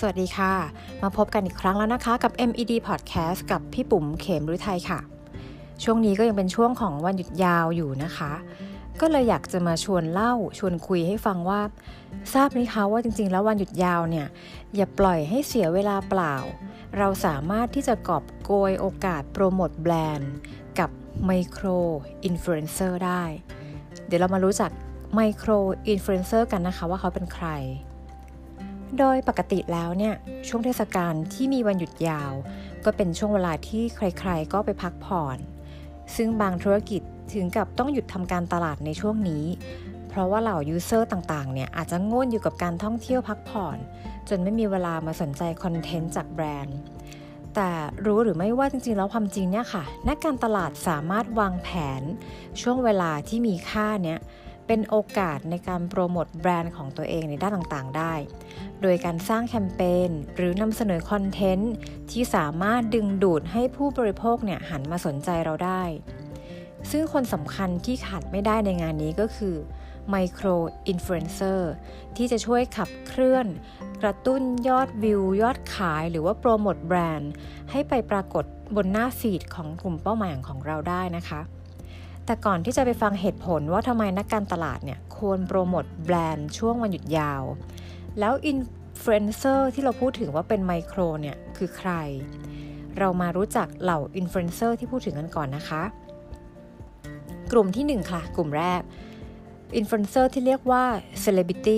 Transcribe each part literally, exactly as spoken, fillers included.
วัสดีค่ะมาพบกันอีกครั้งแล้วนะคะกับ เอ็ม อี ดี Podcast กับพี่ปุ๋มเขมฤทัยค่ะช่วงนี้ก็ยังเป็นช่วงของวันหยุดยาวอยู่นะคะก็เลยอยากจะมาชวนเล่าชวนคุยให้ฟังว่าทราบไหมคะว่าจริงๆแล้ววันหยุดยาวเนี่ยอย่าปล่อยให้เสียเวลาเปล่าเราสามารถที่จะกอบโกยโอกาสโปรโมทแบรนด์กับไมโครอินฟลูเอนเซอร์ได้เดี๋ยวเรามารู้จักไมโครอินฟลูเอนเซอร์กันนะคะว่าเขาเป็นใครโดยปกติแล้วเนี่ยช่วงเทศกาลที่มีวันหยุดยาวก็เป็นช่วงเวลาที่ใครๆก็ไปพักผ่อนซึ่งบางธุรกิจถึงกับต้องหยุดทำการตลาดในช่วงนี้เพราะว่าเหล่ายูเซอร์ต่างๆเนี่ยอาจจะง่วนอยู่กับการท่องเที่ยวพักผ่อนจนไม่มีเวลามาสนใจคอนเทนต์จากแบรนด์แต่รู้หรือไม่ว่าจริงๆแล้วความจริงเนี่ยค่ะนักการตลาดสามารถวางแผนช่วงเวลาที่มีค่าเนี่ยเป็นโอกาสในการโปรโมทแบรนด์ของตัวเองในด้านต่างๆได้โดยการสร้างแคมเปญหรือนำเสนอคอนเทนต์ที่สามารถดึงดูดให้ผู้บริโภคเนี่ยหันมาสนใจเราได้ซึ่งคนสำคัญที่ขาดไม่ได้ในงานนี้ก็คือไมโครอินฟลูเอนเซอร์ที่จะช่วยขับเคลื่อนกระตุ้นยอดวิวยอดขายหรือว่าโปรโมทแบรนด์ให้ไปปรากฏบนหน้าฟีดของกลุ่มเป้าหมายของเราได้นะคะแต่ก่อนที่จะไปฟังเหตุผลว่าทำไมนักการตลาดเนี่ยควรโปรโมทแบรนด์ช่วงวันหยุดยาวแล้วอินฟลูเอนเซอร์ที่เราพูดถึงว่าเป็นไมโครเนี่ยคือใครเรามารู้จักเหล่าอินฟลูเอนเซอร์ที่พูดถึงกันก่อนนะคะกลุ่มที่หนึ่งค่ะกลุ่มแรกอินฟลูเอนเซอร์ที่เรียกว่า Celebrity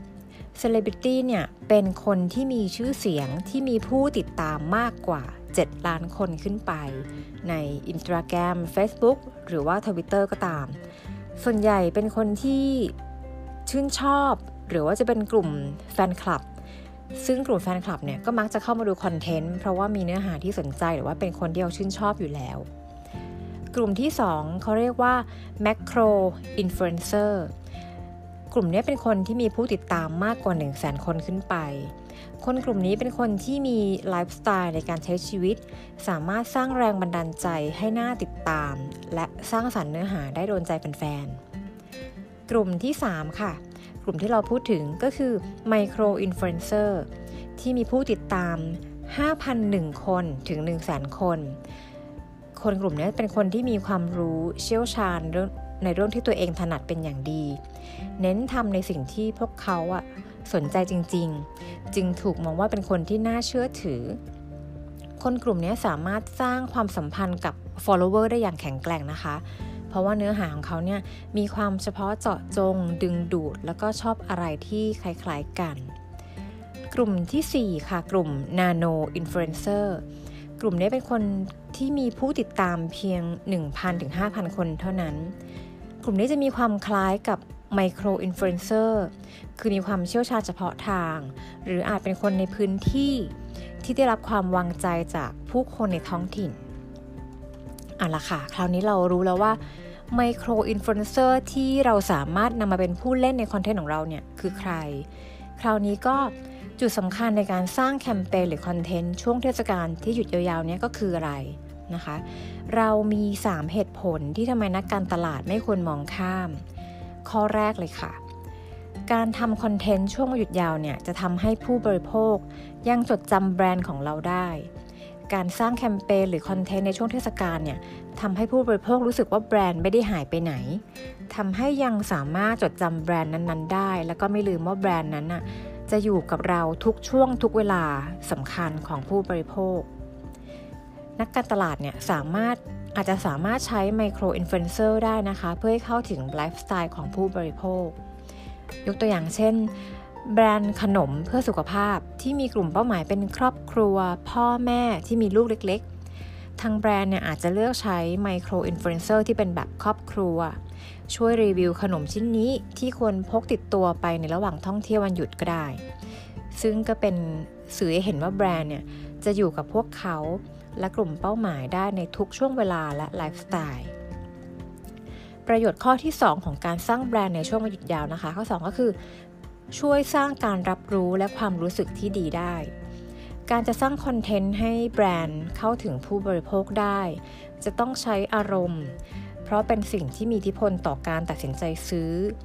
Celebrity เนี่ยเป็นคนที่มีชื่อเสียงที่มีผู้ติดตามมากกว่าเจ็ดล้านคนขึ้นไปใน Instagram Facebook หรือว่า Twitter ก็ตามส่วนใหญ่เป็นคนที่ชื่นชอบหรือว่าจะเป็นกลุ่มแฟนคลับซึ่งกลุ่มแฟนคลับเนี่ยก็มักจะเข้ามาดูคอนเทนต์เพราะว่ามีเนื้อหาที่สนใจหรือว่าเป็นคนที่เราชื่นชอบอยู่แล้วกลุ่มที่สองเขาเรียกว่า Macro Influencer กลุ่มนี้เป็นคนที่มีผู้ติดตามมากกว่า หนึ่งแสน คนขึ้นไปคนกลุ่มนี้เป็นคนที่มีไลฟ์สไตล์ในการใช้ชีวิตสามารถสร้างแรงบันดาลใจให้น่าติดตามและสร้างสรรค์เนื้อหาได้โดนใจแฟนๆกลุ่มที่สามค่ะกลุ่มที่เราพูดถึงก็คือไมโครอินฟลูเอนเซอร์ที่มีผู้ติดตาม ห้าพันหนึ่ง คนถึง หนึ่งแสน คนคนกลุ่มนี้เป็นคนที่มีความรู้เชี่ยวชาญในเรื่องที่ตัวเองถนัดเป็นอย่างดีเน้นทำในสิ่งที่พวกเขาอะสนใจจริงๆจึงถูกมองว่าเป็นคนที่น่าเชื่อถือคนกลุ่มนี้สามารถสร้างความสัมพันธ์กับ follower ได้อย่างแข็งแกร่งนะคะเพราะว่าเนื้อหาของเขาเนี่ยมีความเฉพาะเจาะจงดึงดูดแล้วก็ชอบอะไรที่คล้ายๆกันกลุ่มที่สี่ค่ะกลุ่ม Nano Influencer กลุ่มนี้เป็นคนที่มีผู้ติดตามเพียง หนึ่งพัน ถึง ห้าพัน คนเท่านั้นกลุ่มนี้จะมีความคล้ายกับไมโครอินฟลูเอนเซอร์คือมีความเชี่ยวชาญเฉพาะทางหรืออาจเป็นคนในพื้นที่ที่ได้รับความวางใจจากผู้คนในท้องถิ่นเอาล่ะค่ะคราวนี้เรารู้แล้วว่าไมโครอินฟลูเอนเซอร์ที่เราสามารถนำมาเป็นผู้เล่นในคอนเทนต์ของเราเนี่ยคือใครคราวนี้ก็จุดสำคัญในการสร้างแคมเปญหรือคอนเทนต์ช่วงเทศกาลที่หยุดยาวๆนี้ก็คืออะไรนะคะเรามีสามเหตุผลที่ทำไมนักการตลาดไม่ควรมองข้ามข้อแรกเลยค่ะการทำคอนเทนต์ช่วงหยุดยาวเนี่ยจะทำให้ผู้บริโภคยังจดจำแบรนด์ของเราได้การสร้างแคมเปญหรือคอนเทนต์ในช่วงเทศกาลเนี่ยทำให้ผู้บริโภครู้สึกว่าแบรนด์ไม่ได้หายไปไหนทำให้ยังสามารถจดจำแบรนด์นั้นๆได้แล้วก็ไม่ลืมว่าแบรนด์นั้นน่ะจะอยู่กับเราทุกช่วงทุกเวลาสำคัญของผู้บริโภคนักการตลาดเนี่ยสามารถอาจจะสามารถใช้ไมโครอินฟลูเอนเซอร์ได้นะคะเพื่อให้เข้าถึงไลฟ์สไตล์ของผู้บริโภคยกตัวอย่างเช่นแบรนด์ขนมเพื่อสุขภาพที่มีกลุ่มเป้าหมายเป็นครอบครัวพ่อแม่ที่มีลูกเล็กๆทางแบรนด์เนี่ยอาจจะเลือกใช้ไมโครอินฟลูเอนเซอร์ที่เป็นแบบครอบครัวช่วยรีวิวขนมชิ้นนี้ที่ควรพกติดตัวไปในระหว่างท่องเที่ยววันหยุดก็ได้ซึ่งก็เป็นสื่อให้เห็นว่าแบรนด์เนี่ยจะอยู่กับพวกเขาและกลุ่มเป้าหมายได้ในทุกช่วงเวลาและไลฟ์สไตล์ประโยชน์ข้อที่สองของการสร้างแบรนด์ในช่วงวันหยุดยาวนะคะข้อสองก็คือช่วยสร้างการรับรู้และความรู้สึกที่ดีได้การจะสร้างคอนเทนต์ให้แบรนด์เข้าถึงผู้บริโภคได้จะต้องใช้อารมณ์เพราะเป็นสิ่งที่มีอิทธิพลต่อการตัดสินใจซื้อ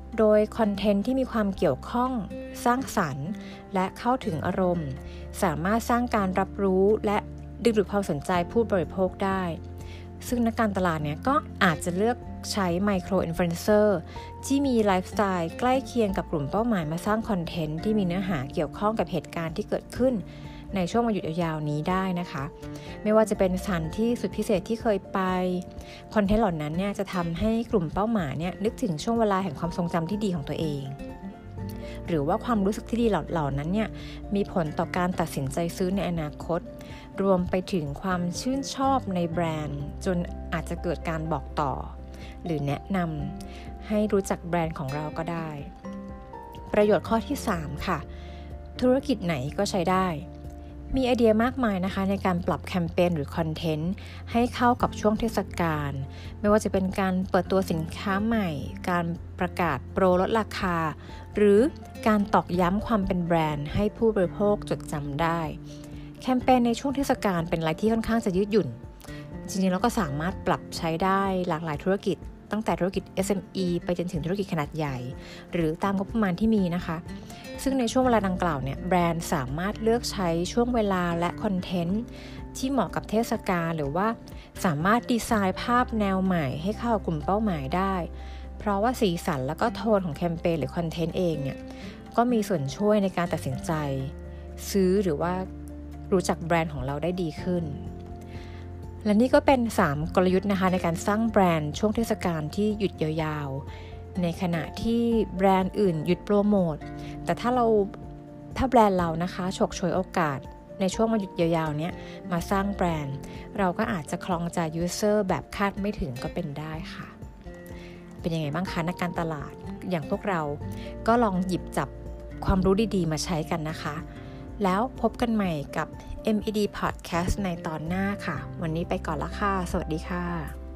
โดยคอนเทนต์ที่มีความเกี่ยวข้องสร้างสรรค์และเข้าถึงอารมณ์สามารถสร้างการรับรู้และดึงดูดความสนใจผู้บริโภคได้ซึ่งนักการตลาดเนี่ยก็อาจจะเลือกใช้ไมโครอินฟลูเอนเซอร์ที่มีไลฟ์สไตล์ใกล้เคียงกับกลุ่มเป้าหมายมาสร้างคอนเทนต์ที่มีเนื้อหาเกี่ยวข้องกับเหตุการณ์ที่เกิดขึ้นในช่วงวันหยุดยาวๆนี้ได้นะคะไม่ว่าจะเป็นสถานที่สุดพิเศษที่เคยไปคอนเทนต์เหล่านั้นเนี่ยจะทำให้กลุ่มเป้าหมายเนี่ยนึกถึงช่วงเวลาแห่งความทรงจำที่ดีของตัวเองหรือว่าความรู้สึกที่ดีเหล่านั้นเนี่ยมีผลต่อการตัดสินใจซื้อในอนาคตรวมไปถึงความชื่นชอบในแบรนด์จนอาจจะเกิดการบอกต่อหรือแนะนำให้รู้จักแบรนด์ของเราก็ได้ประโยชน์ข้อที่สามค่ะธุรกิจไหนก็ใช้ได้มีไอเดียมากมายนะคะในการปรับแคมเปญหรือคอนเทนต์ให้เข้ากับช่วงเทศกาลไม่ว่าจะเป็นการเปิดตัวสินค้าใหม่การประกาศโปรลดราคาหรือการตอกย้ำความเป็นแบรนด์ให้ผู้บริโภคจดจำได้แคมเปญในช่วงเทศกาลเป็นอะไรที่ค่อนข้างจะยืดหยุ่นจริงๆแล้วก็สามารถปรับใช้ได้หลากหลายธุรกิจตั้งแต่ธุรกิจ เอส เอ็ม อี ไปจนถึงธุรกิจขนาดใหญ่หรือตามงบประมาณที่มีนะคะซึ่งในช่วงเวลาดังกล่าวเนี่ยแบรนด์สามารถเลือกใช้ช่วงเวลาและคอนเทนต์ที่เหมาะกับเทศกาลหรือว่าสามารถดีไซน์ภาพแนวใหม่ให้เข้ากับกลุ่มเป้าหมายได้เพราะว่าสีสันและก็โทนของแคมเปญหรือคอนเทนต์เองเนี่ยก็มีส่วนช่วยในการตัดสินใจซื้อหรือว่ารู้จักแบรนด์ของเราได้ดีขึ้นและนี่ก็เป็นสามกลยุทธ์นะคะในการสร้างแบรนด์ช่วงเทศกาลที่หยุดยาวๆในขณะที่แบรนด์อื่นหยุดโปรโมทแต่ถ้าเราถ้าแบรนด์เรานะคะฉกฉวยโอกาสในช่วงวันหยุดยาวๆเนี้ยมาสร้างแบรนด์เราก็อาจจะครองใจยูเซอร์แบบคาดไม่ถึงก็เป็นได้ค่ะเป็นยังไงบ้างคะนักการตลาดอย่างพวกเราก็ลองหยิบจับความรู้ดีๆมาใช้กันนะคะแล้วพบกันใหม่กับ เอ็ม อี ดี Podcast ในตอนหน้าค่ะวันนี้ไปก่อนละค่ะสวัสดีค่ะ